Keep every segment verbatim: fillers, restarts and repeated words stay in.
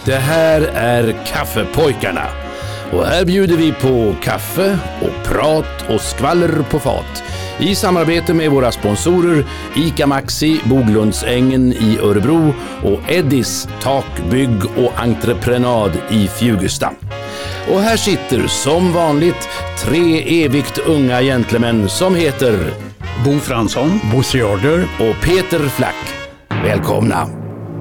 Det här är Kaffepojkarna. Och här bjuder vi på kaffe och prat och skvaller på fat. I samarbete med våra sponsorer ICA Maxi, Boglundsängen i Örebro och Eddis takbygg och entreprenad i Fjugesta. Och här sitter som vanligt tre evigt unga gentlemän som heter Bo Fransson, Bosse Jarder och Peter Flack. Välkomna!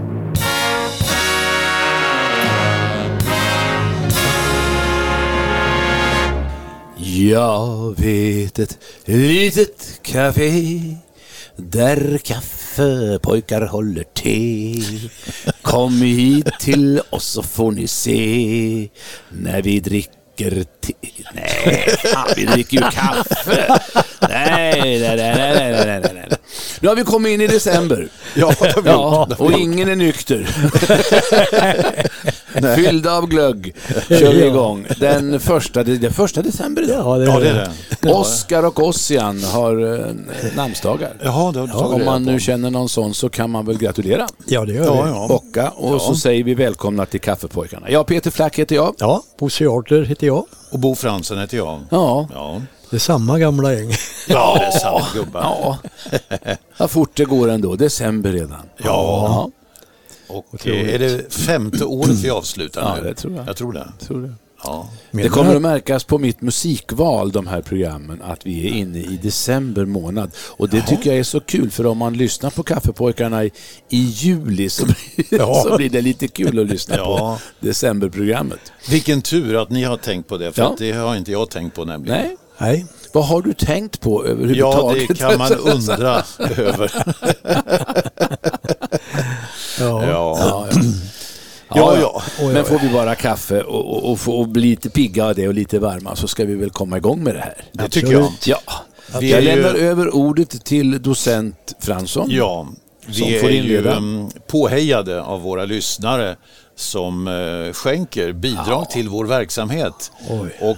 Jag vet ett litet café där kaffepojkar håller te. Kom hit till oss så får ni se när vi dricker te. Nej, fan, vi dricker ju kaffe. Nej, nej, nej, nej, nej, nej, nej. Nu har vi kommit in i december. Ja, ja, och ingen är nykter. Fyllda av glögg kör vi igång. Den första, det första december idag. Ja, det är ja, det. Är det. Oskar och Ossian har eh, namnsdagar. Jaha, det har du ja, om man nu känner någon sån så kan man väl gratulera. Ja, det gör ja, vi. ja. Bocka, och ja. så säger vi välkomna till Kaffepojkarna. Ja, Peter Flack heter jag. Ja, Bosse Jarder heter jag. Och Bo Fransson heter jag. Ja. Ja. Det är samma gamla gäng. Ja, det är samma gubbar. Ja. Ja, fort det går ändå. December redan. Ja. ja. Och är det femte året vi avslutar ja, nu? det tror jag. Jag tror det. Jag tror det. Ja. Det kommer att märkas på mitt musikval, de här programmen, att vi är inne i december månad. Och det Jaha. tycker jag är så kul, för om man lyssnar på Kaffepojkarna i, i juli så blir, ja. så blir det lite kul att lyssna ja. på decemberprogrammet. Vilken tur att ni har tänkt på det, för ja. att det har inte jag tänkt på nämligen. Nej. Nej. Vad har du tänkt på överhuvudtaget? Ja, det kan man undra över. ja. Ja. Ja, ja. Ja, ja. Men får vi bara kaffe och, och, och, få, och bli lite pigga av det och lite varma, så ska vi väl komma igång med det här. Det tycker jag. Ja. Vi jag är lämnar ju... över ordet till docent Fransson. Ja, vi är ju påhejade av våra lyssnare som uh, skänker bidrag ja. till vår verksamhet. Oj. Och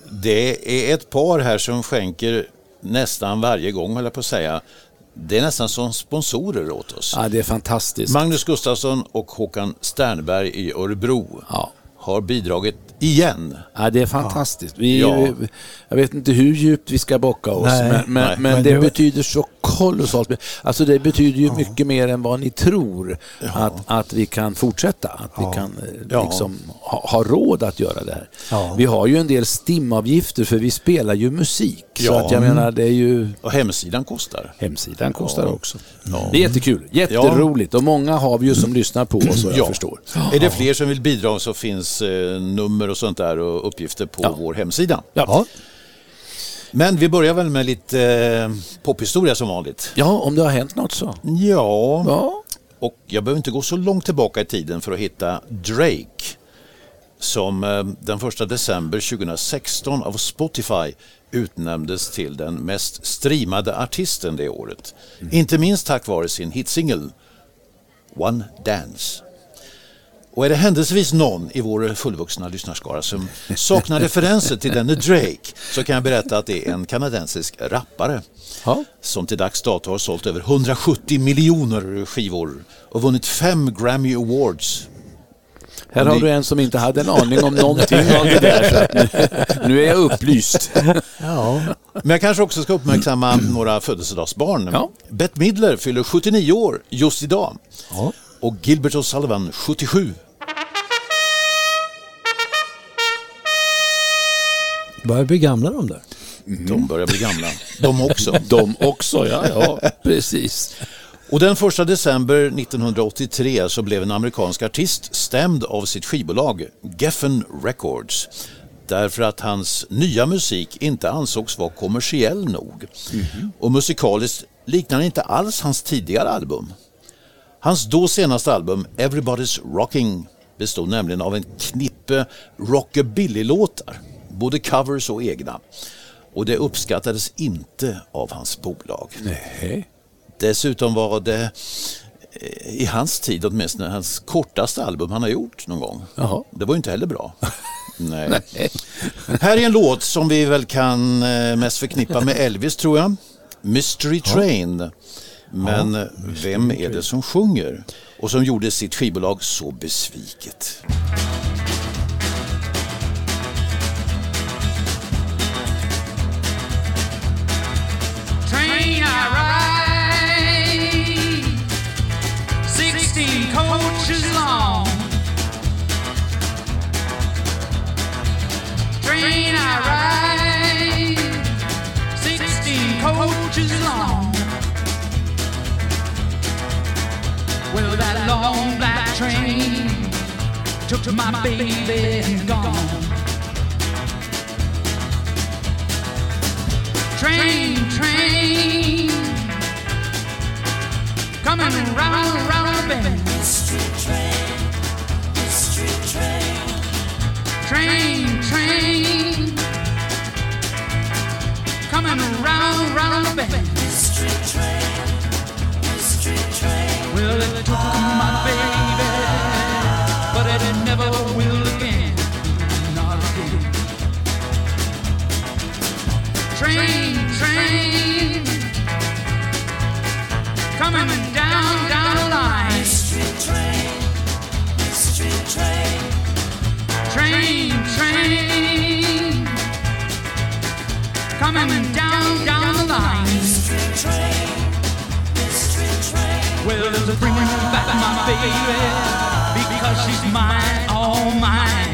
det är ett par här som skänker nästan varje gång, höll jag på att säga. Det är nästan som sponsorer åt oss. Ja, det är fantastiskt. Magnus Gustafsson och Håkan Sternberg i Örebro ja. har bidragit igen. Ja, det är fantastiskt. Vi, ja. Jag vet inte hur djupt vi ska bocka oss, nej, men, men, nej. men, men det, det betyder så kolossalt. Alltså det betyder ju ja. mycket mer än vad ni tror ja. att, att vi kan fortsätta. Att ja. vi kan ja. liksom ha, ha råd att göra det här. Ja. Vi har ju en del stimavgifter, för vi spelar ju musik. Ja. Så att jag menar, det är ju... Och hemsidan kostar. Hemsidan kostar ja. också. Ja. Det är jättekul. Jätteroligt. Och många har vi ju som lyssnar på oss, och jag ja. förstår. Är det fler som vill bidra så finns eh, nummer och sånt där och uppgifter på ja. vår hemsida. Ja. Ja. Men vi börjar väl med lite eh, pophistoria som vanligt. Ja, om det har hänt något så. Ja. Ja. Och jag behöver inte gå så långt tillbaka i tiden för att hitta Drake, som eh, den första december tjugohundrasexton av Spotify utnämndes till den mest streamade artisten det året. Mm. Inte minst tack vare sin hitsingel One Dance. Och är det händelsevis någon i vår fullvuxna lyssnarskara som saknar referenser till denne Drake, så kan jag berätta att det är en kanadensisk rappare Ja. som till dags dato har sålt över hundrasjuttio miljoner skivor och vunnit fem Grammy Awards. Här har du en som inte hade en aning om någonting av det där, så att nu, nu är jag upplyst. Ja. Men jag kanske också ska uppmärksamma några födelsedagsbarn. Ja. Bette Midler fyller sjuttionio år just idag. Ja. Och Gilbert O'Sullivan sjuttiosju. Börjar bli gamla de där. Mm. De börjar bli gamla. De också. De också, ja, ja, precis. Och den första december nittonhundraåttiotre så blev en amerikansk artist stämd av sitt skivbolag Geffen Records, därför att hans nya musik inte ansågs vara kommersiell nog. Mm. Och musikaliskt liknar inte alls hans tidigare album. Hans då senaste album Everybody's Rocking bestod nämligen av en knippe rockabilly-låtar, både covers och egna. Och det uppskattades inte av hans bolag. Nej. Dessutom var det i hans tid åtminstone hans kortaste album han har gjort någon gång. Jaha. Det var ju inte heller bra. Nej. Nej. Här är en låt som vi väl kan mest förknippa med Elvis, tror jag. Mystery Train. Men ja, vem är det som sjunger? och som gjorde sitt skivbolag så besviket. Train I ride, sixteen coaches long. Train I ride, sixteen coaches long. Well, that long black train took my baby and gone. Train, train, coming round, round the bend. Mystery train, mystery train. Train, train, coming round, round the bend. Mystery train, mystery train. Well, it took my baby, but it never will again, not again. Train, train, coming down, down the line. Mystery train, mystery train. Train, train, coming down, down the line. Mystery train, mystery train. Well, it's bringing back my baby, because she's mine, all mine.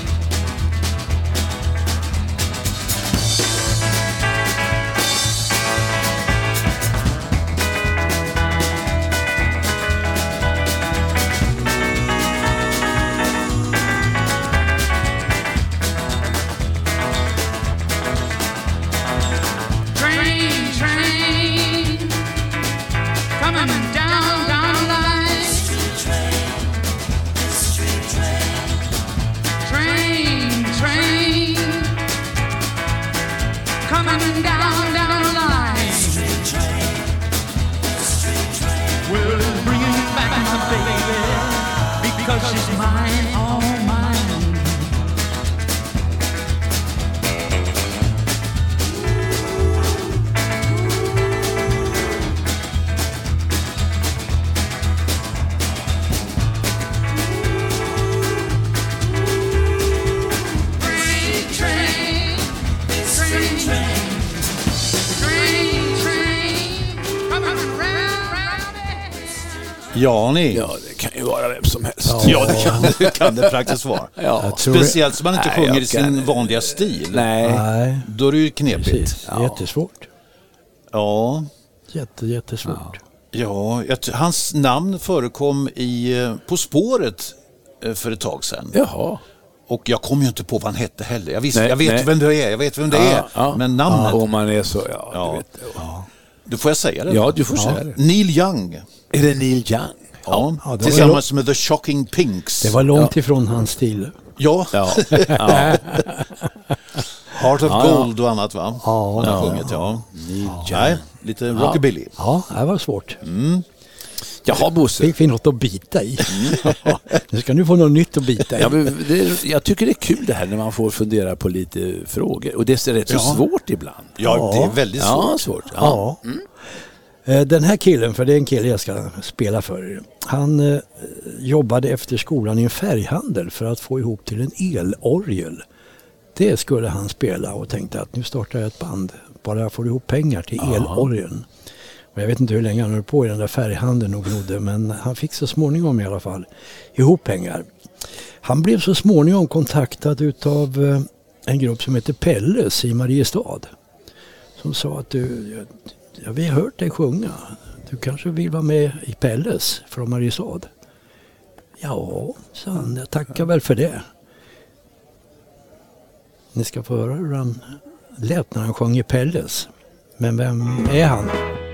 Ja, ni. Ja, det kan ju vara vem som helst. Ja, ja det, kan, det kan det praktiskt vara. Ja. Speciellt som man inte Nej, sjunger i sin kan... vanliga stil. Nej. Nej. Då är det ju knepigt. Precis. Ja. Jättesvårt. Ja. Jätte, jättesvårt. Ja, jag, hans namn förekom i På spåret för ett tag sedan. Jaha. Och jag kom ju inte på vad han hette heller. Jag, visste, nej, jag vet nej. vem det är, jag vet vem det ja, är. Ja. Men namnet... Ja, om man är så, ja, ja. du vet. Ja. Du får jag säga det? Ja, du får ja. säga det. Neil Young. Är det Neil Young? Ja, ja tillsammans med The Shocking Pinks. Det var långt ja. ifrån hans stil. Ja. ja. ja. Heart of ja, Gold och annat, va? Ja. ja. Sjungit, ja. Nej, lite rockabilly. Ja, det var svårt. Mm. Jaha, Bosse. Fick vi något att bita i. Mm. Nu ska du få något nytt att bita i. Ja, men det, jag tycker det är kul det här när man får fundera på lite frågor. Och det är rätt så ja. svårt ibland. Ja, ja, det är väldigt svårt. Ja, svårt. Ja. Ja. Mm. Den här killen, för det är en kille jag ska spela för. Han eh, jobbade efter skolan i en färghandel för att få ihop till en elorgel. Det skulle han spela och tänkte att nu startar jag ett band. Bara jag får ihop pengar till Aha. elorgeln. Och jag vet inte hur länge han höll på i den där färghandeln och glodde, men han fick så småningom i alla fall ihop pengar. Han blev så småningom kontaktad utav eh, en grupp som heter Pelles i Mariestad. Som sa att du... Jag, Ja, vi har hört dig sjunga. Du kanske vill vara med i Pelles från Mariestad? Ja, sa han. Jag tackar väl för det. Ni ska få höra hur han lät när han sjöng i Pelles. Men vem är han?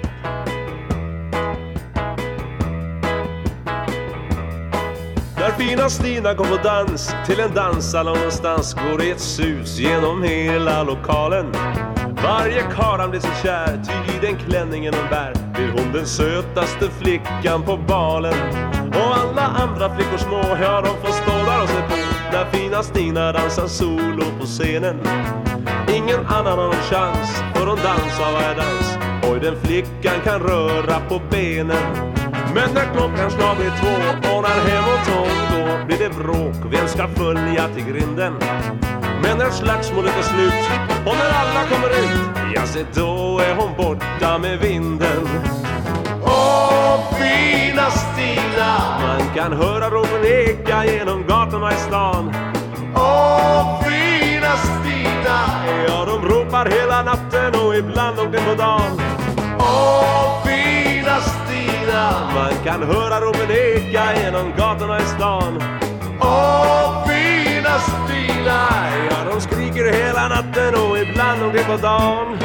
När fina Stina kom på dans till en danssalong någonstans går det ett sus genom hela lokalen. Varje karl blir så kär, ty i den klänningen hon bär blir hon den sötaste flickan på balen. Och alla andra flickor små, ja de får stå där och se på när fina Stina dansar solo på scenen. Ingen annan har någon chans, för hon dansar varje dans. Oj, den flickan kan röra på benen. Men när klockan snart blir två och när hemåt hon går blir det bråk, vem ska följa till grinden? Men när slagsmålet är slut och när alla kommer ut, ja se då är hon borta med vinden. Åh, fina Stina, man kan höra ropen eka genom gatorna i stan. Åh, fina Stina, ja de ropar hela natten och ibland långt in på dagen. Åh, fina Stina, man kan höra ropen eka genom gatorna i stan. Åh, fina Stina, ja de skriker hela natten och ibland långt in på dagen.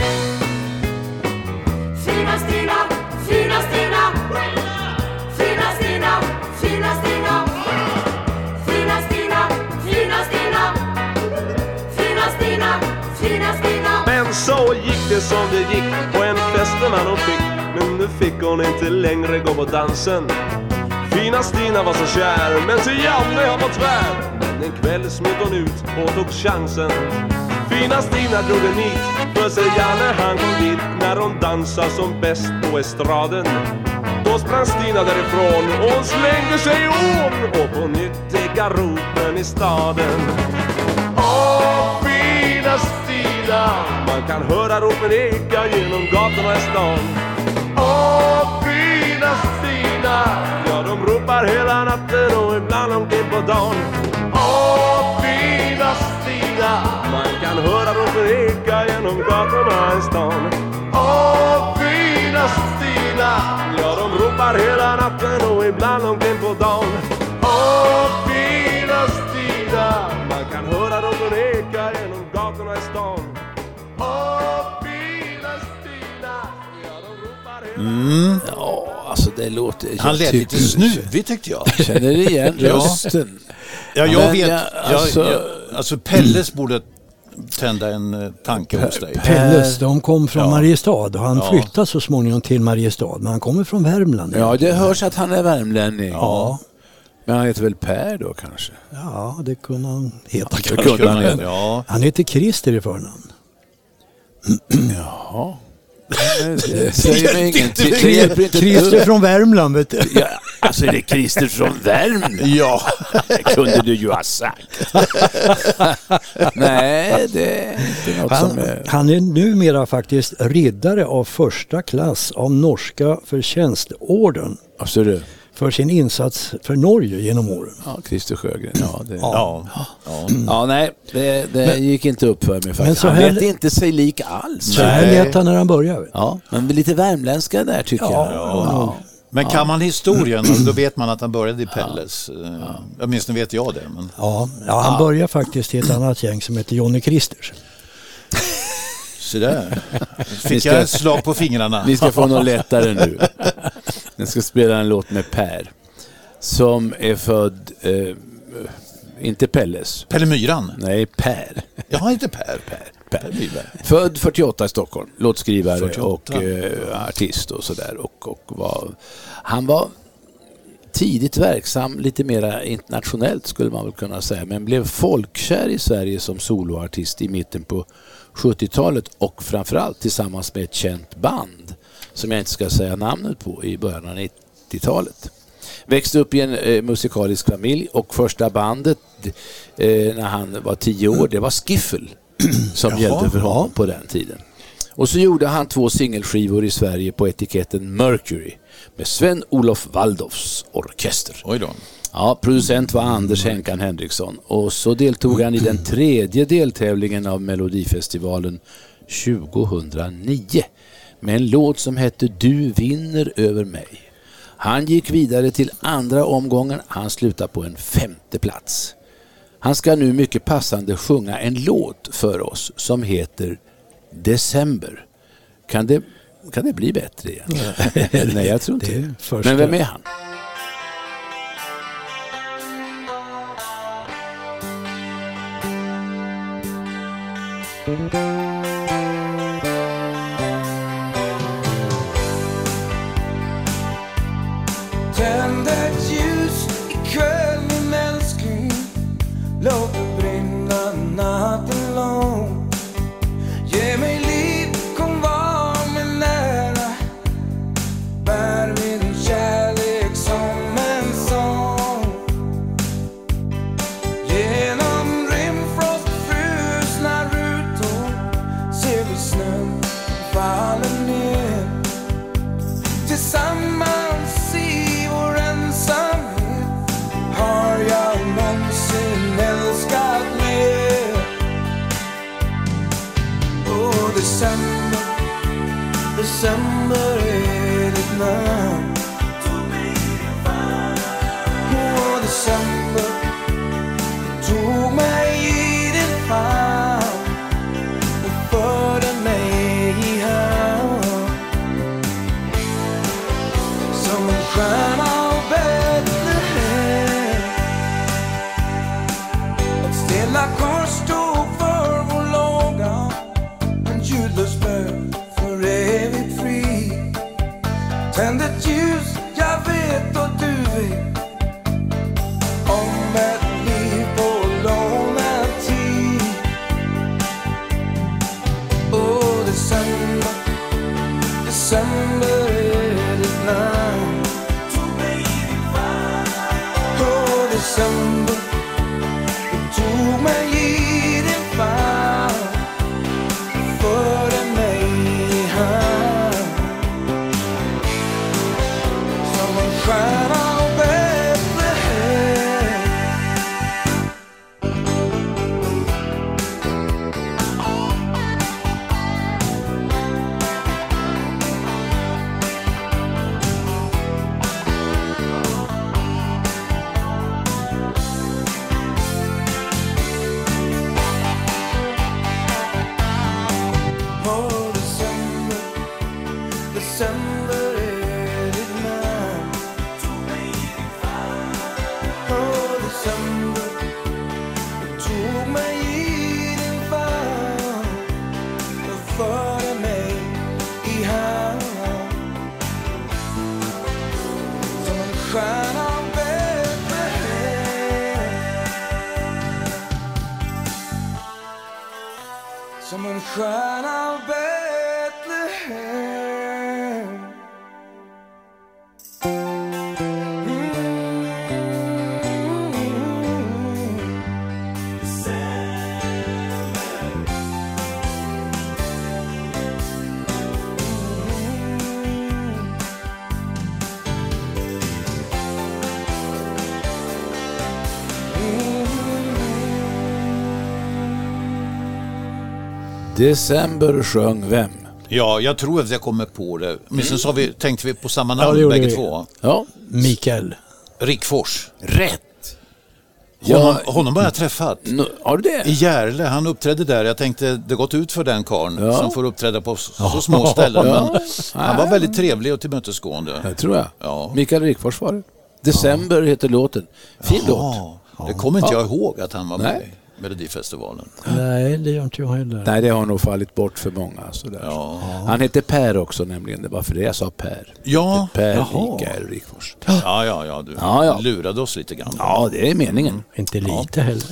Fina Stina, fina Stina, fina Stina, fina Stina, fina Stina, fina Stina, fina Stina, fina Stina. Men så gick det som det gick på en fest där man hon fick. Men nu fick hon inte längre gå på dansen. Fina Stina var så kär, men till Janne har fått tvär. Men en kväll smöt hon ut och tog chansen. Fina Stina drog en nit, för sig Janne han kom dit när hon dansade som bäst på estraden. Då sprang Stina därifrån och hon slängde sig i ån, och på nytt ekar ropen i staden. Åh, fina Stina, man kan höra ropen eka genom gatorna i stan. Åh, fina Stina, ja de ropar hela natten och ibland långt in på dagen. Åh, fina Stina, man kan höra ropen eka genom gatorna i stan. Åh, fina Stina, ja de ropar hela natten och ibland långt in på dagen. Åh, fina Stina, man kan höra ropen eka genom gatorna i stan. Åh, fina Stina, ja de ropar hela Mm. Ja, alltså det låter... Han lät lite snuvig tyckte jag. Känner igen rösten. Ja, jag Men vet. jag- Jag, alltså- jag, alltså Pelles borde tända en eh, tanke hos dig. Pelles, de kom från Ja. Mariestad och han Ja. flyttade så småningom till Mariestad. Men han kommer från Värmland. Ja, det hörs att han är värmlänning. Ja. Men han heter väl Per då kanske? Ja, det kunde han heta. Det kunde han heta. Ja. Han heter Christer i förnamn. Jaha. Det säger mig ingenting. Det hjälper inte. Christer från Värmland, vet du. Ja, alltså är det Christer från Värmland? Ja. Det kunde du ju ha sagt. Nej, det är inte något som Han, är... han är numera faktiskt riddare av första klass av norska förtjänstorden Alltså du, för sin insats för Norge genom åren. ja, Christer Sjögren. Ja, det... Ja. Ja. Ja, nej, det, det gick inte upp för mig Men faktiskt. så Han här- lät inte sig lik alls. Så här lät han när han började. Ja, men lite värmländska där tycker Ja, jag. ja. Men kan man historien, då vet man att han började i Pelles. Ja. Åtminstone vet jag det. Men... Ja, ja, han började faktiskt i ett annat gäng som heter Johnny Christers. Så där. Vi Fick ska- jag ett slag på fingrarna. Vi ska få något lättare nu. Jag ska spela en låt med Per. Som är född, eh, inte Pelles. Pelle Myran. Nej, Per. Jag har inte Per. Per. Per Myran. Född fyrtioåtta i Stockholm. Låtskrivare fyrtioåtta. och eh, artist och sådär. Och, och var, han var tidigt verksam, lite mer internationellt skulle man väl kunna säga. Men blev folkkär i Sverige som soloartist i mitten på sjuttiotalet. Och framförallt tillsammans med ett känt band som jag inte ska säga namnet på i början av nittiotalet. Växte upp i en eh, musikalisk familj och första bandet eh, när han var tio år, det var Skiffle som Jaha, gällde för honom ja. på den tiden. Och så gjorde han två singelskivor i Sverige på etiketten Mercury med Sven-Olof Waldorfs orkester. Oj då. Ja, producent var Anders Henkan Henriksson och så deltog han i den tredje deltävlingen av Melodifestivalen tjugohundranio med en låt som hette Du vinner över mig. Han gick vidare till andra omgången, han slutade på en femte plats. Han ska nu mycket passande sjunga en låt för oss som heter December. Kan det, kan det bli bättre igen? Nej, jag tror inte Det är det. första- Men vem är han? Tänd ett ljus ikväll min älskling. Låt det brinna natten lång. Ge mig liv, kom var mig nära. Bär min kärlek December, December är ditt namn. Oh, December, du tog mig i din famn och förde mig i hamn. Som en stjärna av Betlehem. Ett stilla kors stod för vår låga, en ljudlös bön för evigt fri. Tänd ett ljus, jag vet och du vet, om ett liv på lånad tid. Oh, December, December är ditt namn. Oh, December, du tog mig i din famn, förde mig i hamn. Som en stjärna av Betlehem. Oh, December, December är ditt namn. Oh, December, du tog mig i din famn och förde mig i hamn. Som en stjärna av Betlehem. Som en stjärna av Betlehem. December sjöng vem? Ja, jag tror att jag kommer på det. Men sen så vi, tänkte vi på samma namn, Ja, det bägge gjorde vi. två. Ja, Mikael. Rick Fors. rätt. Honom, Ja, honom har jag träffat. nu, har du det? I Järle, han uppträdde där. Jag tänkte, det gått ut för den karln Ja. som får uppträda på så, så små ställen. Ja. Men han var väldigt trevlig och tillmötesgående. Det tror jag. Ja. Mikael Rickfors var det. December heter låten. Fin låt. Ja, det kommer inte Ja. jag ihåg att han var med Nej. i Melodifestivalen. Nej, det gör inte jag heller. Nej, det har nog fallit bort för många. Sådär. Ja. Han heter Per också nämligen. Det var för det jag sa Per. Ja, Per Jaha. Mikael Rickfors. ja, ja, ja, du Ja, ja. lurade oss lite grann. Ja, det är meningen. Inte lite heller.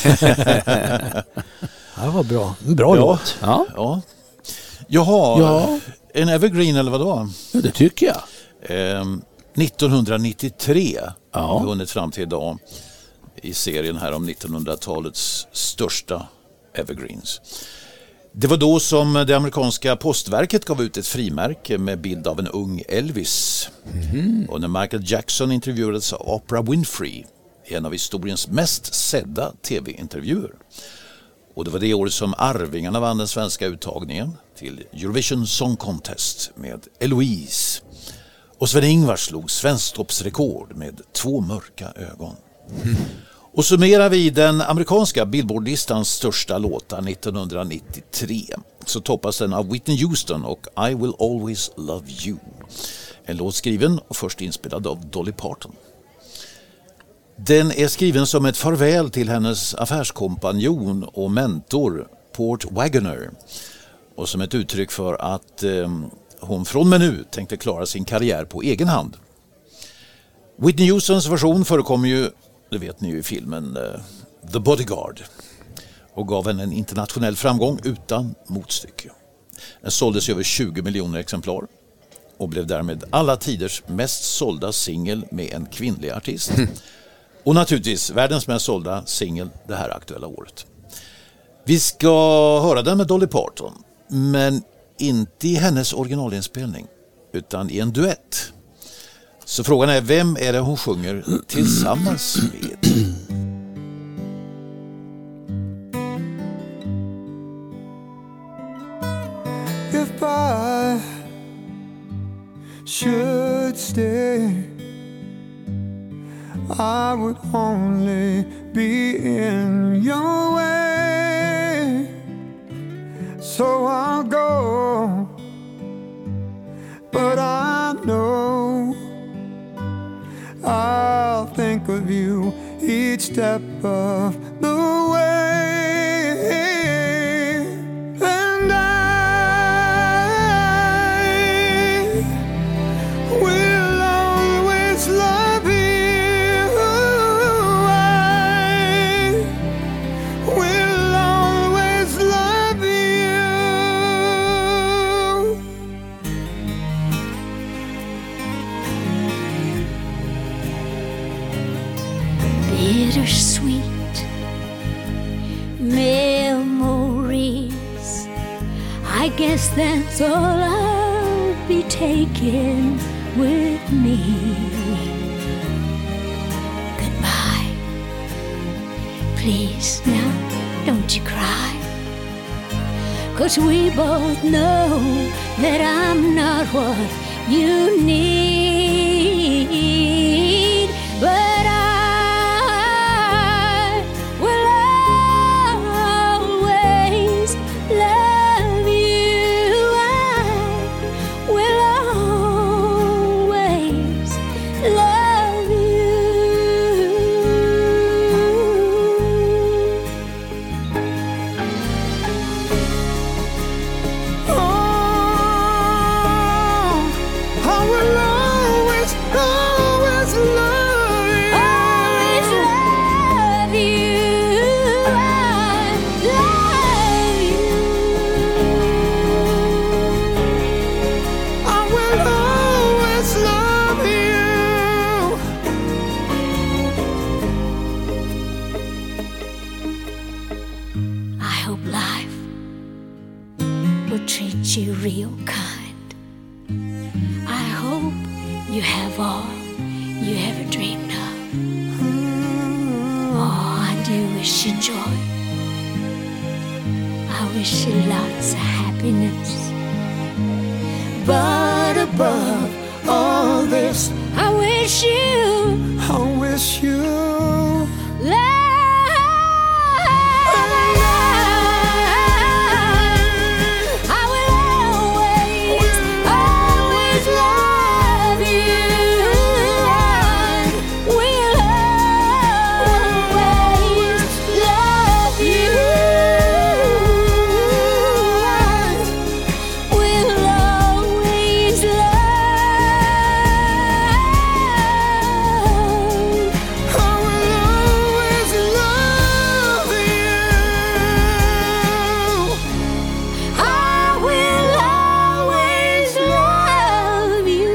Det var bra. En bra Ja. låt. Ja, Ja. Jaha, Ja. en evergreen eller vadå? ja, det tycker jag. Ehm, nittonhundranittiotre Ja. har vi hunnit fram till idag i serien här om nittonhundratalets största evergreens. Det var då som det amerikanska postverket gav ut ett frimärke med bild av en ung Elvis. Mm-hmm. Och när Michael Jackson intervjuades av Oprah Winfrey i en av historiens mest sedda tv-intervjuer. Och det var det året som Arvingarna vann den svenska uttagningen till Eurovision Song Contest med Eloise. Och Sven-Ingvars slog svensktoppsrekord med Två mörka ögon. Mm. Och summerar vi den amerikanska Billboardlistans största låtar nittonhundranittiotre så toppas den av Whitney Houston och I Will Always Love You. En låt skriven och först inspelad av Dolly Parton. Den är skriven som ett farväl till hennes affärskompanjon och mentor Port Wagoner och som ett uttryck för att eh, hon från och med nu tänkte klara sin karriär på egen hand. Whitney Houstons version förekommer ju, det vet ni ju i filmen uh, The Bodyguard och gav henne en internationell framgång utan motstycke. Den såldes över tjugo miljoner exemplar och blev därmed alla tiders mest sålda singel med en kvinnlig artist. Och naturligtvis världens mest sålda singel det här aktuella året. Vi ska höra den med Dolly Parton, men inte i hennes originalinspelning utan i en duett. Så frågan är, vem är det hon sjunger tillsammans med? I should stay, I would only be in your way. So I'll go, but I know I'll think of you each step of the way. And I will always love you. I will always love you. Bittersweet memories, I guess that's all I'll be taking with me. Goodbye, please now don't you cry, 'cause we both know that I'm not what you need. But I will always love you. I will always love you. Oh, I will always, always love you. Always love you. I love you. I will always love you. I hope life will treat you real kind. I hope you have all you ever dreamed of. Oh, I do wish you joy. I wish you lots of happiness. But above all this, I wish you I wish you love. I will always, always love you. I will always love you. I will always love. I will always love you. I will always love you.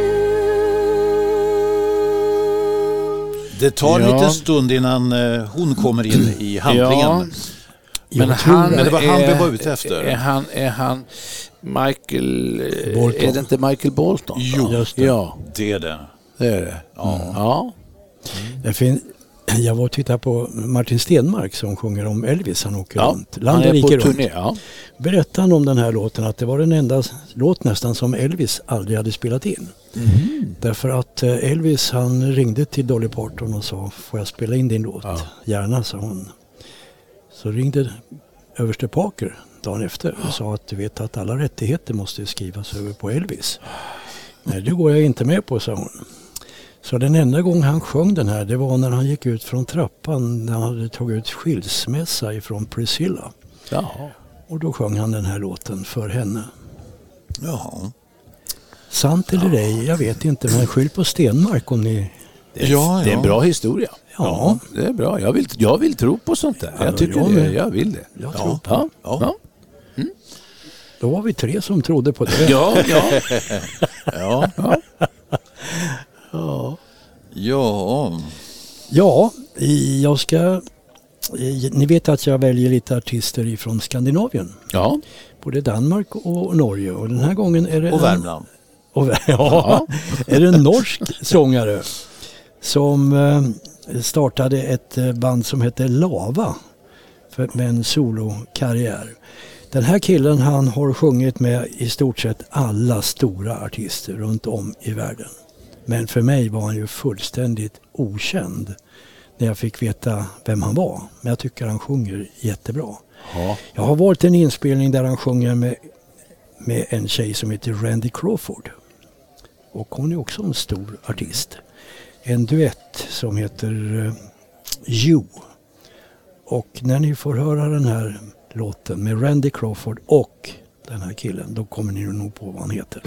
Det tar Ja. lite stund innan eh, hon kommer in i handlingen. Ja. Men Jag tror han, Men det var han vi är- var ute efter. Är han, är han Michael... eh, Bolton. Är det inte Michael Bolton? Jo. Just det. Ja, Det är det. det är det. Ja. Ja. Det fin- jag var och tittade på Martin Stenmark som sjunger om Elvis. Han åker Ja. runt. Han Landet är rike på runt. turné. Ja. Berättade han om den här låten att det var den enda låt nästan som Elvis aldrig hade spelat in. Därför att eh, Elvis han ringde till Dolly Parton och sa, får jag spela in din låt? Ja. Gärna, sa hon. Så ringde överste Parker dagen efter och sa att du vet att alla rättigheter måste skrivas över på Elvis. Nej, det går jag inte med på, sa hon. Så den enda gång han sjöng den här, det var när han gick ut från trappan när han hade tagit ut skilsmässa ifrån Priscilla. Jaha. Och då sjöng han den här låten för henne. Jaha. Sant eller ej, jag vet inte, men skyll på Stenmark om ni... Det är, Ja, det är en ja. bra historia. Ja. Det är bra. Jag vill, jag vill tro på sånt där. Ja, Jag tycker jag det. med. Jag vill det. Jag ja. tror på Ja. Ja. Ja. Då var vi tre som trodde på det. Ja, ja. Ja. Ja. Ja. Ja. Ja, i- jag ska... i- Ni vet att jag väljer lite artister ifrån Skandinavien. Ja. Både Danmark och Norge. Och den här gången är det... Och en- Värmland. Och, Vär- ja, är det en norsk sångare som eh, startade ett eh, band som heter Lava för, med en solokarriär. Den här killen, han har sjungit med i stort sett alla stora artister runt om i världen. Men för mig var han ju fullständigt okänd när jag fick veta vem han var. Men jag tycker han sjunger jättebra. Ja. Jag har varit en inspelning där han sjunger med, med en tjej som heter Randy Crawford. Och hon är också en stor artist. En duett som heter uh, You. Och när ni får höra den här låten med Randy Crawford och den här killen, då kommer ni nog på vad han heter.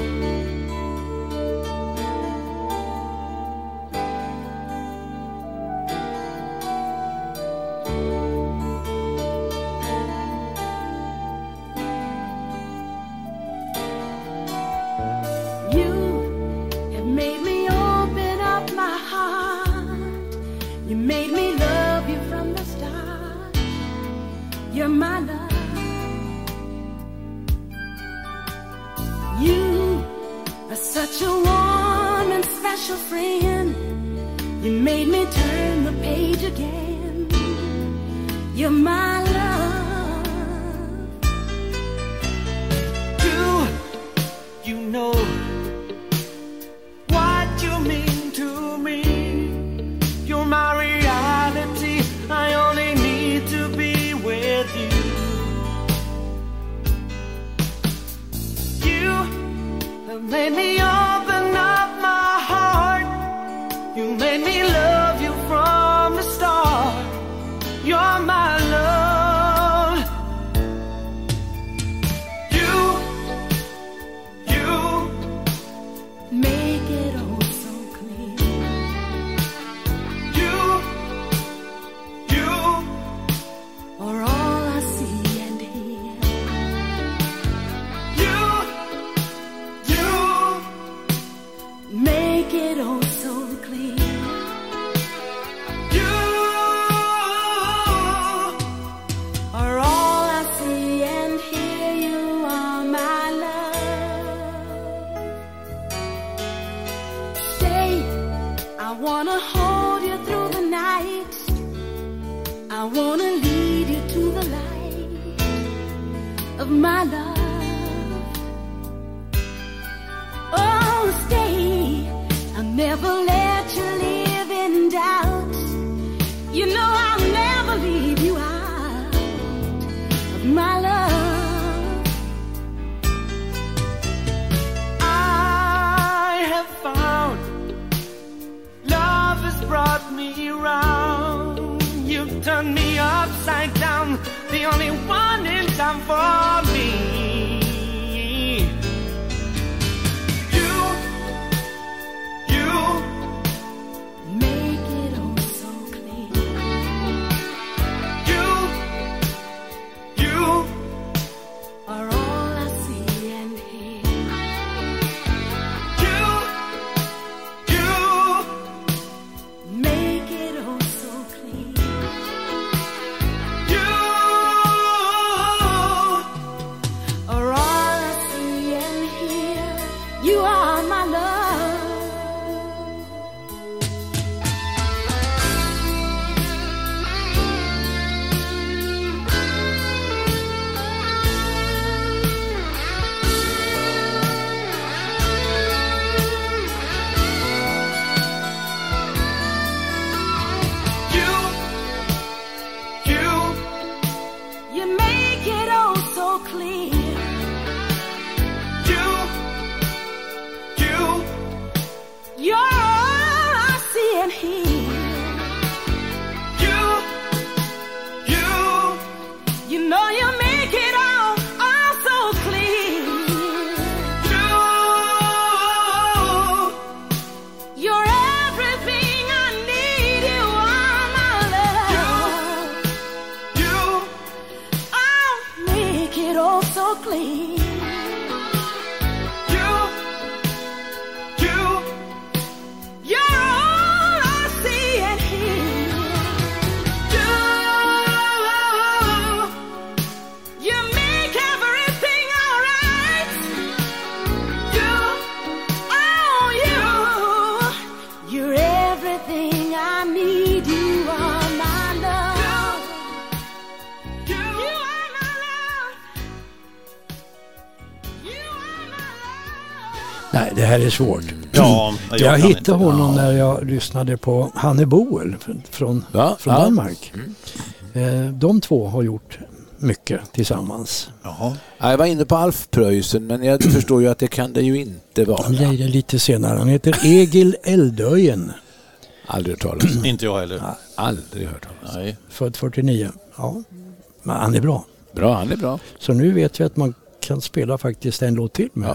Nej, det här är svårt. Ja, jag, jag kan hittade inte. honom när jag lyssnade på Hanne Boel från, Ja, från ja. Danmark. Eh, De två har gjort mycket tillsammans. Jaha. Ja, jag var inne på Alf Preussen, men jag förstår ju att det kan det ju inte vara. Han är lite senare. Han heter Egil Eldöjen. Aldrig hört talas om. Inte jag heller. Aldrig hört talas om. Nej. Född fyrtionio. Ja, men han är bra. Bra, han är bra. Så nu vet vi att man kan spela faktiskt en låt till med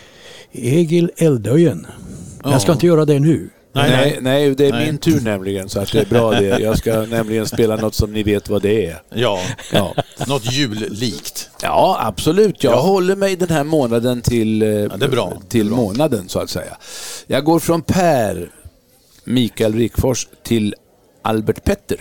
Egil Eldöjen. Men jag ska Ja. inte göra det nu. Nej, Nej, nej. nej, det är Nej. min tur nämligen, så att det är bra det. Jag ska nämligen spela något som ni vet vad det är. Ja, Ja, något jullikt. ja absolut. Jag Ja. håller mig den här månaden till, eh, det är bra. till Det är bra. månaden så att säga. Jag går från Per Mikael Rickfors till Albert Petter.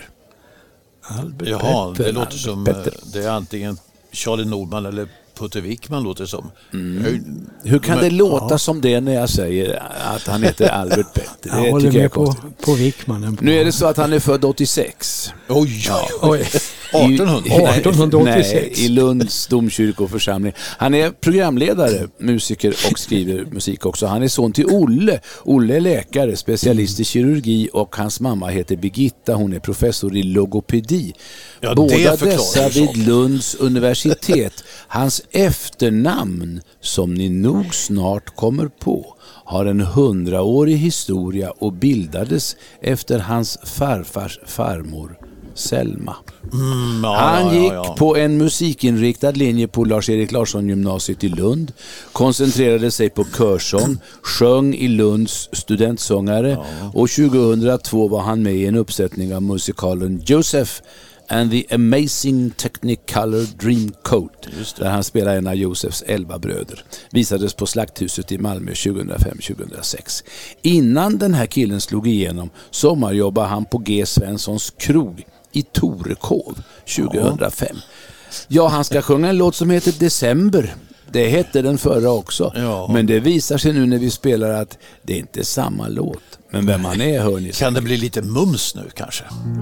Albert Jaha, Petter. det låter som Petter. eh, det är antingen Charlie Nordman eller Putte Wickman låter som. Mm. Hur kan Men- det låta som det när jag säger att han heter Albert Petter? Jag Det håller tycker jag är med på, konstigt. på Wickmanen. På. Nu är det så att han är född åttiosex. Oj, Oj. artonhundra. I- artonhundraåttiosex. Nej, i Lunds domkyrkoförsamling. Han är programledare, musiker och skriver musik också. Han är son till Olle. Olle är läkare, specialist i kirurgi, och hans mamma heter Birgitta. Hon är professor i logopedi. Ja, det Båda förklarar dessa ju vid saken. Lunds universitet. Hans efternamn, som ni nog snart kommer på, har en hundraårig historia och bildades efter hans farfars farmor Selma. Mm, ja, Han ja, gick ja, ja. på på en musikinriktad linje på Lars-Erik Larsson-gymnasiet i Lund, koncentrerade sig på körsång, sjöng i Lunds studentsångare och tjugohundratvå var han med i en uppsättning av musikalen Joseph and the Amazing Technicolor Dreamcoat, där han spelar en av Josefs elva bröder. Visades på Slakthuset i Malmö tjugohundrafem tjugohundrasex. Innan den här killen slog igenom sommarjobbade han på G. Svenssons krog i Torekov tjugohundrafem. Ja, han ska sjunga en låt som heter December. Det hette den förra också. Ja. Men det visar sig nu när vi spelar att det är inte samma låt. Men vem han är hör ni. Kan det bli lite mums nu kanske?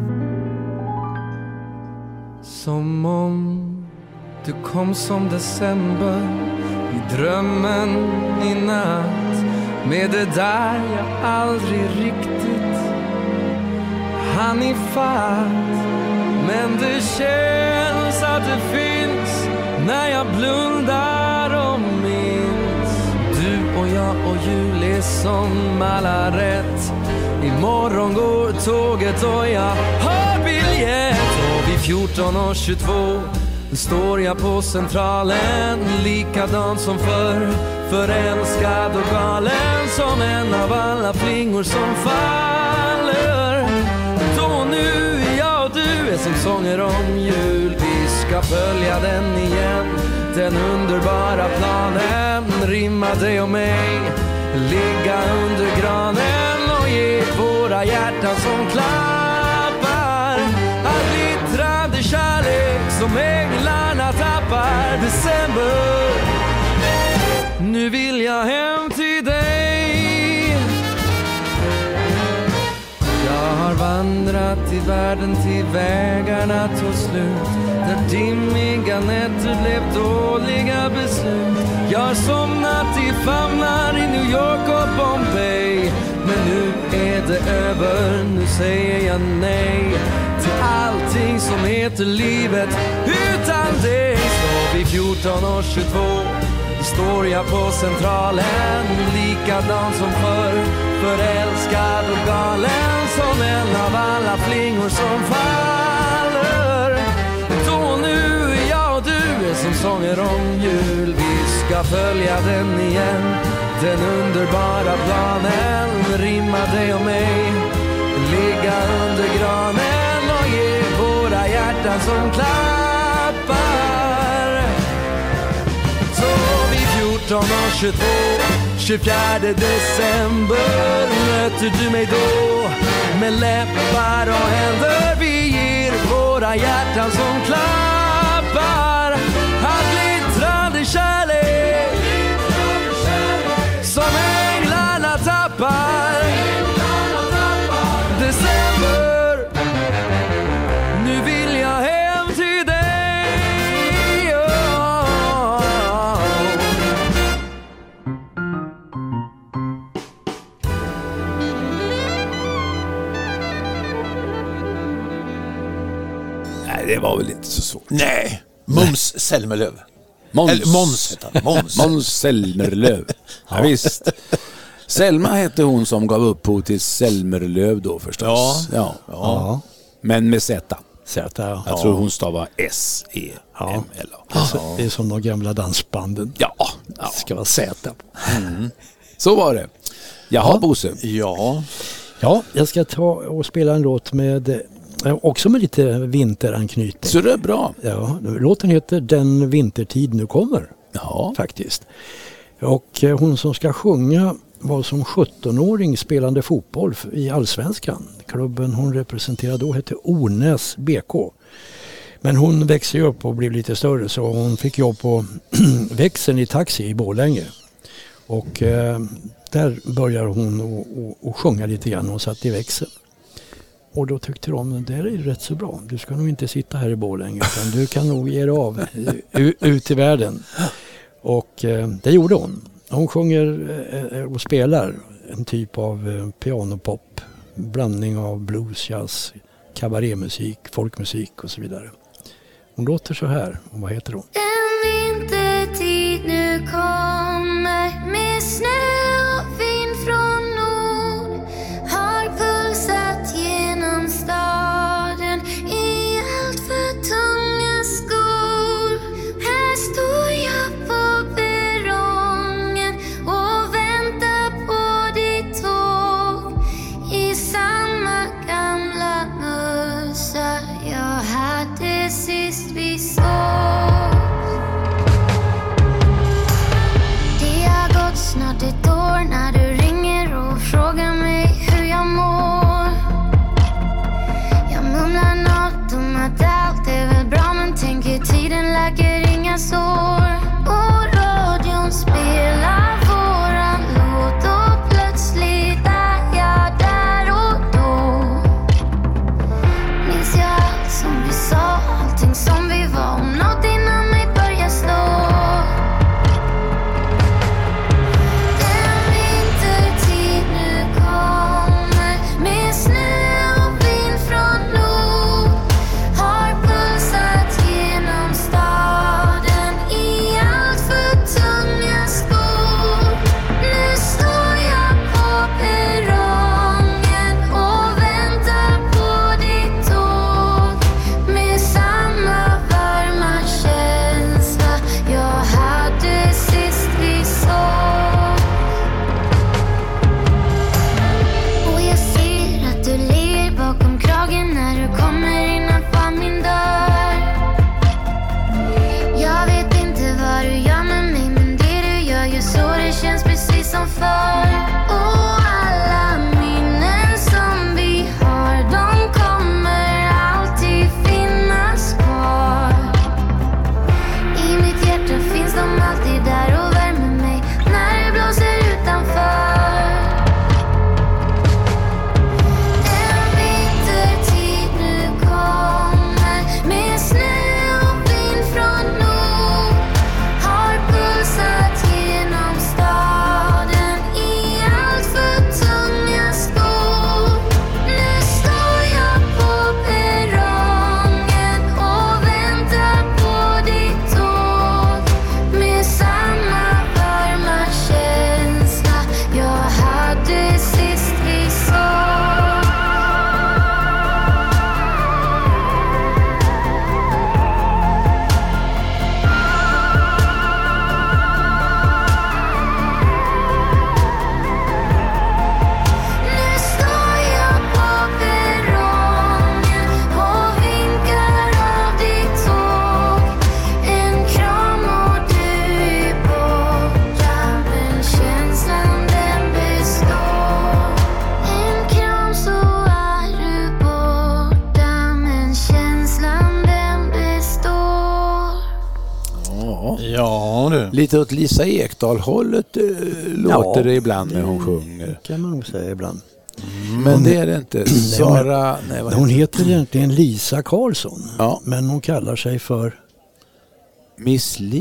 Som om du kom som december i drömmen i natt, med det där jag aldrig riktigt hann ifatt. Men det känns att det finns när jag blundar och minns. Du och jag och jul är som alla rätt. Imorgon går tåget och jag har biljett. Och vid fjorton och tjugotvå står jag på Centralen, likadan som förr, förälskad och galen som en av alla flingor som faller. Då nu är jag och du är som sånger om jul. Vi ska följa den igen, den underbara planen. Rimma dig och mig, ligga under granen och ge våra hjärtan som klappar. All glittrande kärlek som änglarna tappar. December, nu vill jag hem till dig. Jag har vandrat i världen till vägarna tog slut, där dimmiga nätter blev dåliga beslut. Jag har somnat i famnar i New York och Bombay. Men nu är det över, nu säger jag nej till allting som heter livet utan dig. Så vid fjorton och tjugotvå står jag på Centralen, likadan som förr, förälskad och galen som en av alla flingor som faller. Då nu är jag och du är som sånger om jul. Vi ska följa den igen, den underbara planen. Rimma dig och mig, ligga under granen och ge våra hjärtan som klappar. Så vid fjorton och tjugotvå, tjugofjärde december möter du mig då, med läppar och händer. Vi ger våra hjärtan som klappar. All glittrande kärlek som änglarna tappar. December, nu vill jag hem till dig. Oh. det var väl inte så svårt. Nej, Mums Zelmerlöw. Måns. Eller Måns heter han. Måns. Måns Zelmerlöw. Ja, visst. Selma hette hon som gav upphov till Zelmerlöw då förstås. Ja. Ja. Ja. Men med Z. Z, ja. Jag tror hon stavar S E M L A. Det är så- Det är som de gamla dansbanden. Ja, ja. Det ska vara Z på. Så var det. Jaha, Bosse. Ja, Ja, jag ska ta och spela en låt med eh, också med lite vinteranknytning. Så det är bra. Ja, låten heter Den vintertid nu kommer. Ja. Faktiskt. Och eh, hon som ska sjunga var som sjuttonåring spelande fotboll i Allsvenskan. Klubben hon representerade då hette Ornäs B K. Men hon växte ju upp och blev lite större så hon fick jobb på växeln i taxi i Borlänge. Och eh, där började hon att sjunga lite grann och satt i växeln. Och då tyckte de att det är rätt så bra. Du ska nog inte sitta här i Borlänge utan du kan nog ge dig av u- ut i världen. Och eh, det gjorde hon. Hon sjunger eh, och spelar en typ av eh, pianopop, blandning av blues, jazz, kabarémusik, folkmusik och så vidare. Hon låter så här. Och vad heter hon? En vintertid nu kommer med snö och vind från nord har pulsat genom staden i allt för tunga skor. Här står jag på perrongen och väntar på ditt tåg i samma gamla mössa jag hade sist vi såg. Det har gått snart ett år när du ringer och frågar mig hur jag mår. Jag mumlar något om att allt är väl bra men tänker tiden läker inga sår. Och radion spelar våran låt och plötsligt är jag där och då minns jag allt som vi sa, allting som vi var om något innan mig börjar slå. Den vintertid nu kommer med snö och vind från nord har pulsat genom staden i allt för tunga skor. Nu står jag på perrongen och väntar på ditt tåg med samma varma känsla jag hade sist vi såg. Och jag ser att du ler bakom kragen när du kommer innanför min dörr. Jag vet inte vad du gör med mig men det du gör ju så det känns precis som förr. Och alla minnen som vi har de kommer alltid finnas kvar. I mitt hjärta finns de alltid där och värmer mig när det blåser utanför. En vintertid nu kommer med snö och vind från nord har pulsat genom staden i allt för tunga skor. Nu står jag på perrongen och väntar på ditt tåg med samma varma känsla jag hade sist vi såg. Nu står jag på perrongen och vinkar av ditt tåg. En kram och du är borta men känslan den består. En kram så är du borta men känslan den består. Ja. ja du. Lite åt Lisa Ekdahl-hållet eh, låter det ibland när hon det sjunger. kan man nog säga ibland. Men det är det inte. Sara... Nej, vad Hon heter heter egentligen Lisa Karlsson. Ja. Men hon kallar sig för Miss Li.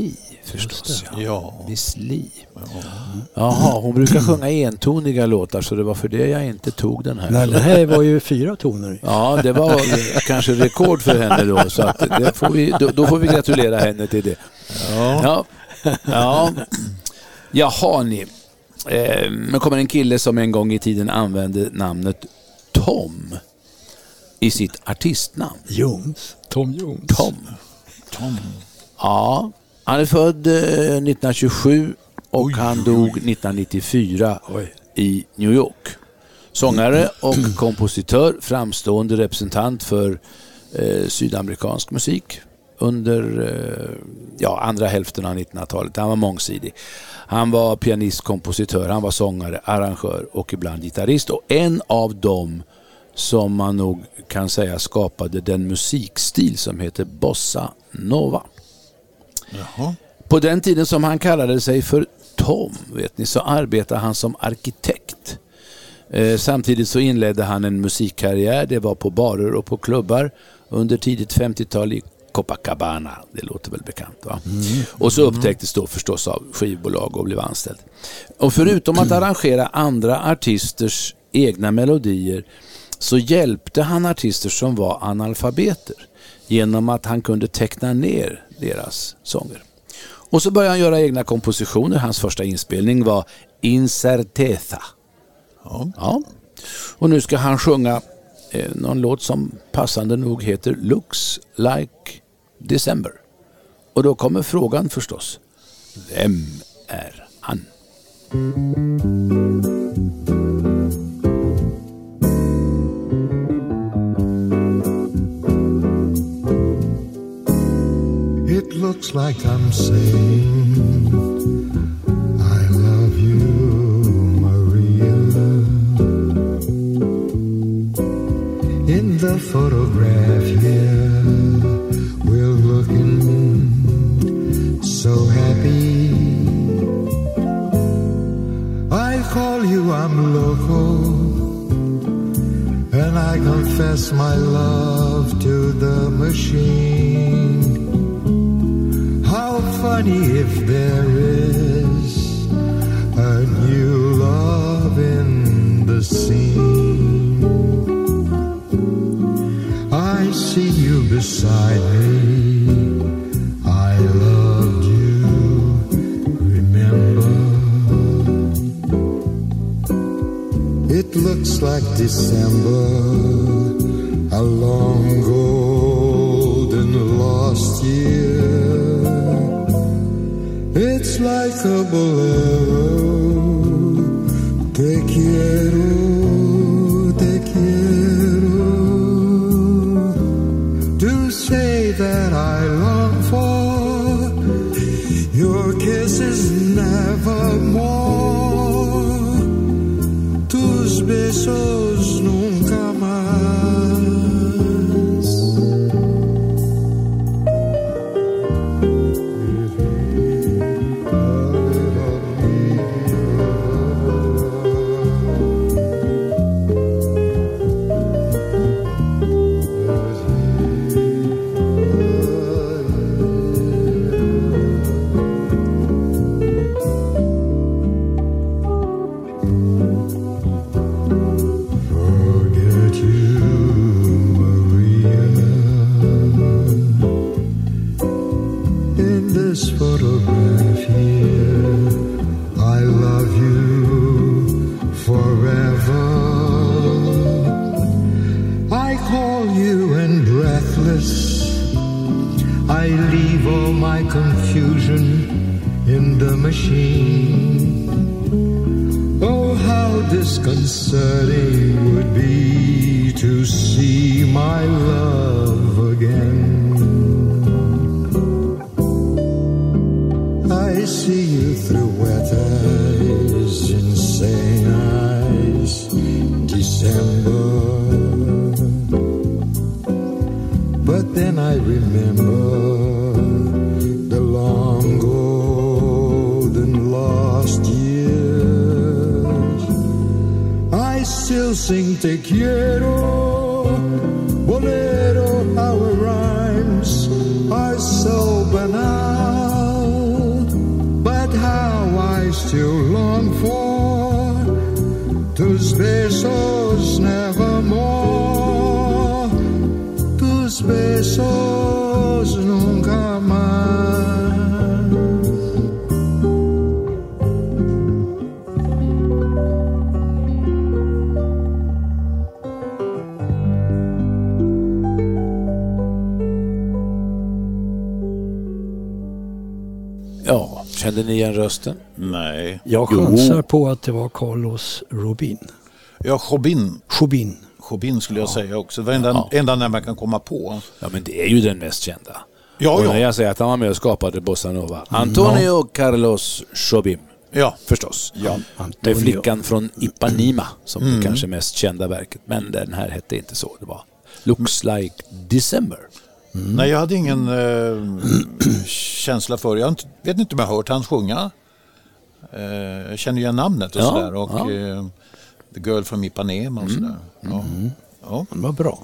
förstås. Ja. Ja. Miss Li. Ja. Jaha, hon brukar sjunga entoniga låtar, så det var för det jag inte tog den här. Nej, det här var ju fyra toner. Ja, det var kanske rekord för henne då, så att det får vi, då, då får vi gratulera henne till det. Ja. Ja. Ja. Jaha ni. Eh, men kommer en kille som en gång i tiden använde namnet Tom i sitt artistnamn. Jones. Tom Jones. Tom. Tom. Ja, han är född eh, nittonhundratjugosju och Oj, han oj, dog oj. nittonhundranittiofyra Oj. i New York. Sångare och kompositör, framstående representant för eh, sydamerikansk musik under eh, ja, andra hälften av nittonhundratalet. Han var mångsidig. Han var pianist, kompositör, han var sångare, arrangör och ibland gitarrist. Och en av dem som man nog kan säga skapade den musikstil som heter bossa nova. Jaha. På den tiden som han kallade sig för Tom, vet ni, så arbetade han som arkitekt. Eh, samtidigt så inledde han en musikkarriär. Det var på barer och på klubbar under tidigt femtiotal i Copacabana. Det låter väl bekant, va? Mm. Och så upptäcktes då förstås av skivbolag och blev anställd. Och förutom att arrangera andra artisters egna melodier så hjälpte han artister som var analfabeter genom att han kunde teckna ner deras sånger. Och så började han göra egna kompositioner. Hans första inspelning var Incerteza. Ja. Ja. Och nu ska han sjunga eh, någon låt som passande nog heter Looks Like December. Och då kommer frågan förstås. Vem är han? It looks like I'm saying I love you, Maria. In the photograph here, we're looking so happy. I call you, I'm loco, and I confess my love to the machine. How funny if there is a new love in the scene. I see you beside me, I loved you, remember. It looks like December, a long golden lost year. It's like a bolero. Te quiero, te quiero. To say that I long for your kisses nevermore. Tus besos nunca más. Disconcerting would be to see my love again. I see you through wet eyes, insane eyes, December. But then I remember the long golden lost years. I still sing te quiero, bolero, our rhymes are so banal. you long for, tus besos nevermore, tus besos nunca más. Ja, kände ni igen rösten? Nej. Jag chansar på att det var Carlos Jobim. Ja, Jobim. Jobim. Jobim skulle jag säga också. Det var enda, Ja. enda när man kan komma på. Ja, men det är ju den mest kända. Ja, och ja. när jag säger att han var med och skapade Bossa Nova. Antonio Carlos Jobim. Ja. Förstås. Ja. Med flickan från Ipanema som mm. är kanske mest kända verket. Men den här hette inte så. Det var Looks Like December. Mm. Nej, jag hade ingen eh, känsla för. Jag vet inte om jag har hört han sjunga. Eh, jag känner igen namnet och Ja, sådär. Och ja. eh, The Girl from Ipanema och sådär. Ja. Mm. Ja. Det var bra.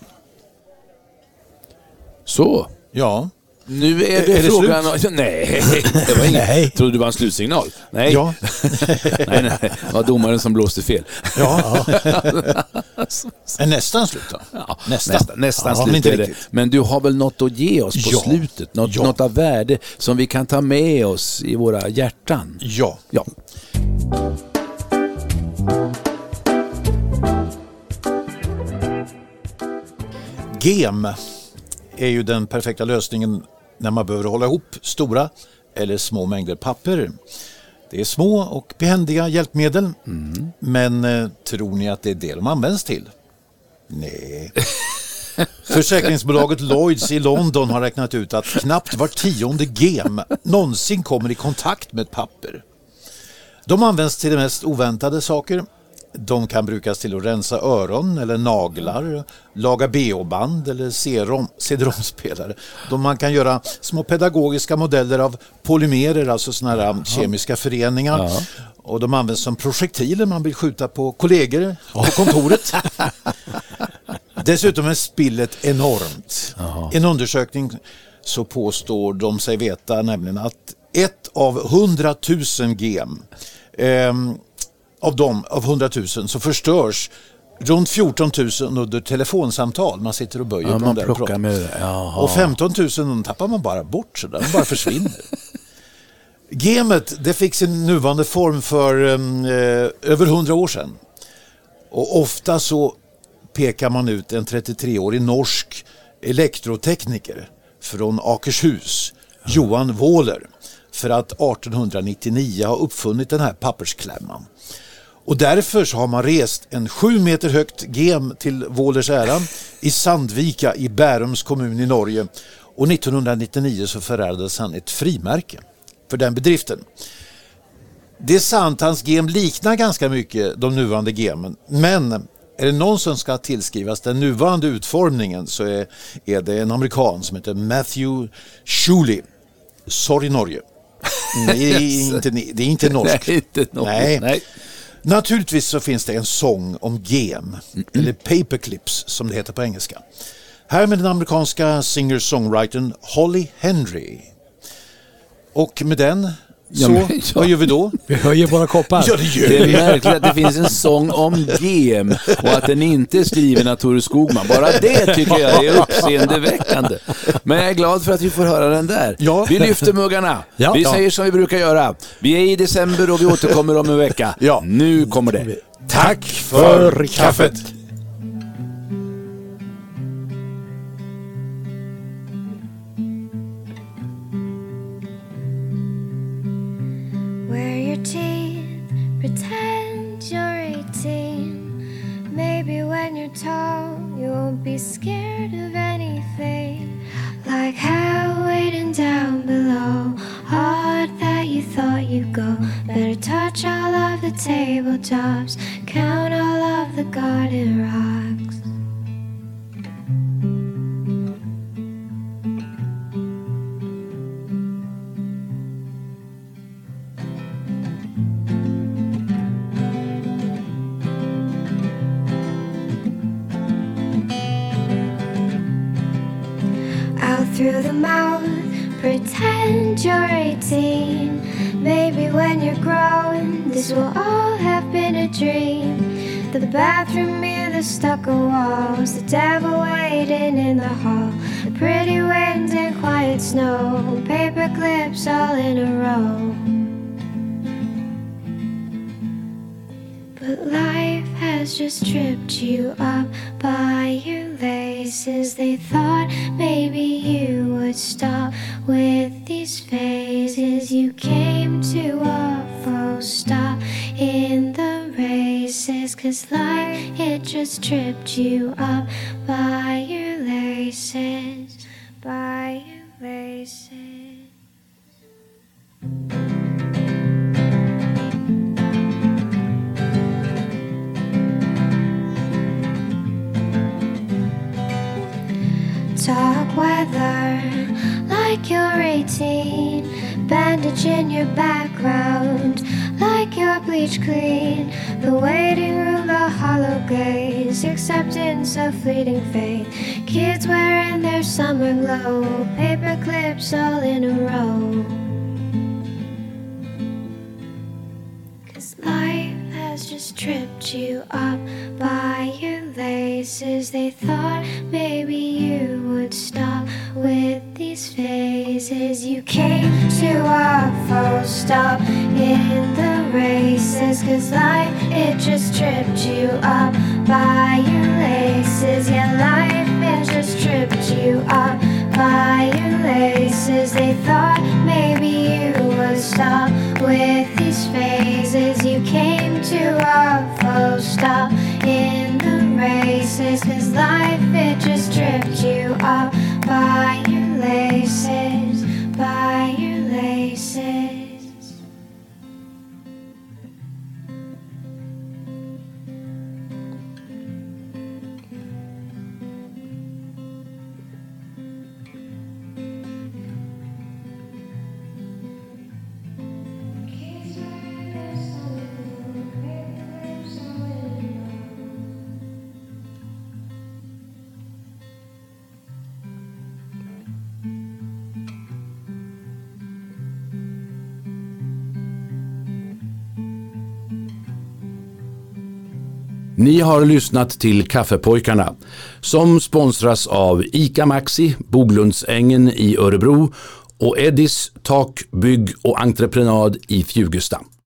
Så. Ja. Nu är det, är det frågan... Om, nej, det var inget. Nej. Trodde du var en slutsignal? Nej. Ja. nej, nej. Det var domaren som blåste fel. Ja. Är nästan slut då? Ja, nästan. Nästan, nästan Ja, men slut inte är det. riktigt. Men du har väl något att ge oss på Ja. slutet? Något, Ja. något av värde som vi kan ta med oss i våra hjärtan? Ja. Ja. Gem är ju den perfekta lösningen när man behöver hålla ihop stora eller små mängder papper. Det är små och behändiga hjälpmedel. Mm. Men eh, tror ni att det är det de används till? Nej. Försäkringsbolaget Lloyds i London har räknat ut att knappt var tionde gem någonsin kommer i kontakt med ett papper. De används till de mest oväntade saker. De kan brukas till att rensa öron eller naglar, laga B O-band eller C D ROM-spelare. De man kan göra små pedagogiska modeller av polymerer, alltså såna här Jaha. kemiska föreningar. Ja. Och de används som projektiler man vill skjuta på kollegor på kontoret. Dessutom är spillet enormt. Jaha. En undersökning så påstår de sig veta nämligen att ett av hundratusen gem eh, av dem, av hundratusen, så förstörs runt fjorton tusen under telefonsamtal. Man sitter och böjer ja, på man den plockar där med det. Och femton tusen tappar man bara bort så där. De bara försvinner. Gemet, det fick sin nuvarande form för eh, över hundra år sedan. Och ofta så pekar man ut en trettiotre-årig norsk elektrotekniker från Akershus, Johan Wåhler, för att artonhundranittionio ha uppfunnit den här pappersklämman. Och därför så har man rest en sju meter högt gem till Wåhlers ära i Sandvika i Bärums kommun i Norge. Och nittonhundranittionio så förärades han ett frimärke för den bedriften. Det är sant, hans gem liknar ganska mycket de nuvarande gemen. Men är det någon som ska tillskrivas den nuvarande utformningen så är, är det en amerikan som heter Matthew Shuley. Sorry Norge. Det är inte, det är inte norskt. Nej, inte norskt. Nej. Nej. Naturligtvis så finns det en sång om gem, mm. eller paperclips som det heter på engelska. Här med den amerikanska singer-songwritern Holly Henry. Och med den, så, ja, men, ja. vad gör vi då? Vi höjer våra koppar. Ja, det gör det är vi. märkligt att det finns en sång om gem och att den inte är skriven av Tore Skogman. Bara det tycker jag är uppseendeväckande. Men jag är glad för att vi får höra den där. Ja. Vi lyfter muggarna. Ja. Vi säger som vi brukar göra. Vi är i december och vi återkommer om en vecka. Ja. Nu kommer det. Tack för kaffet. Pretend you're eighteen. Maybe when you're tall, you won't be scared of anything. Like hell waiting down below. Hard that you thought you'd go. Better touch all of the tabletops. Count all of the garden rocks. Through the mouth, pretend you're eighteen. Maybe when when you're grown, this will all have been a dream. The bathroom mirror, the stucco walls, the devil waiting in the hall, the pretty wind and quiet snow, paper clips all in a row. But life has just tripped you up by your laces. They thought maybe you would stop with these phases. You came to a full stop in the races, 'cause life, it just tripped you up by your laces, by your laces. Talk weather like you're eighteen, bandage in your background like you're bleach clean. The waiting room, the hollow gaze, acceptance of fleeting faith. Kids wearing their summer glow, paper clips all in a row. 'Cause life has just tripped you up by your laces. They thought maybe you would stop with these phases. You came to a full stop in the races, 'cause life, it just tripped you up by your laces. Yeah, life, it just tripped you up by your laces. They thought maybe you would stop with these phases. You came to a full stop in the races, 'cause life, it just tripped you up by your laces, by your laces. Ni har lyssnat till Kaffepojkarna som sponsras av ICA Maxi, Boglundsängen i Örebro och Eddis Tak, bygg och entreprenad i Fjugesta.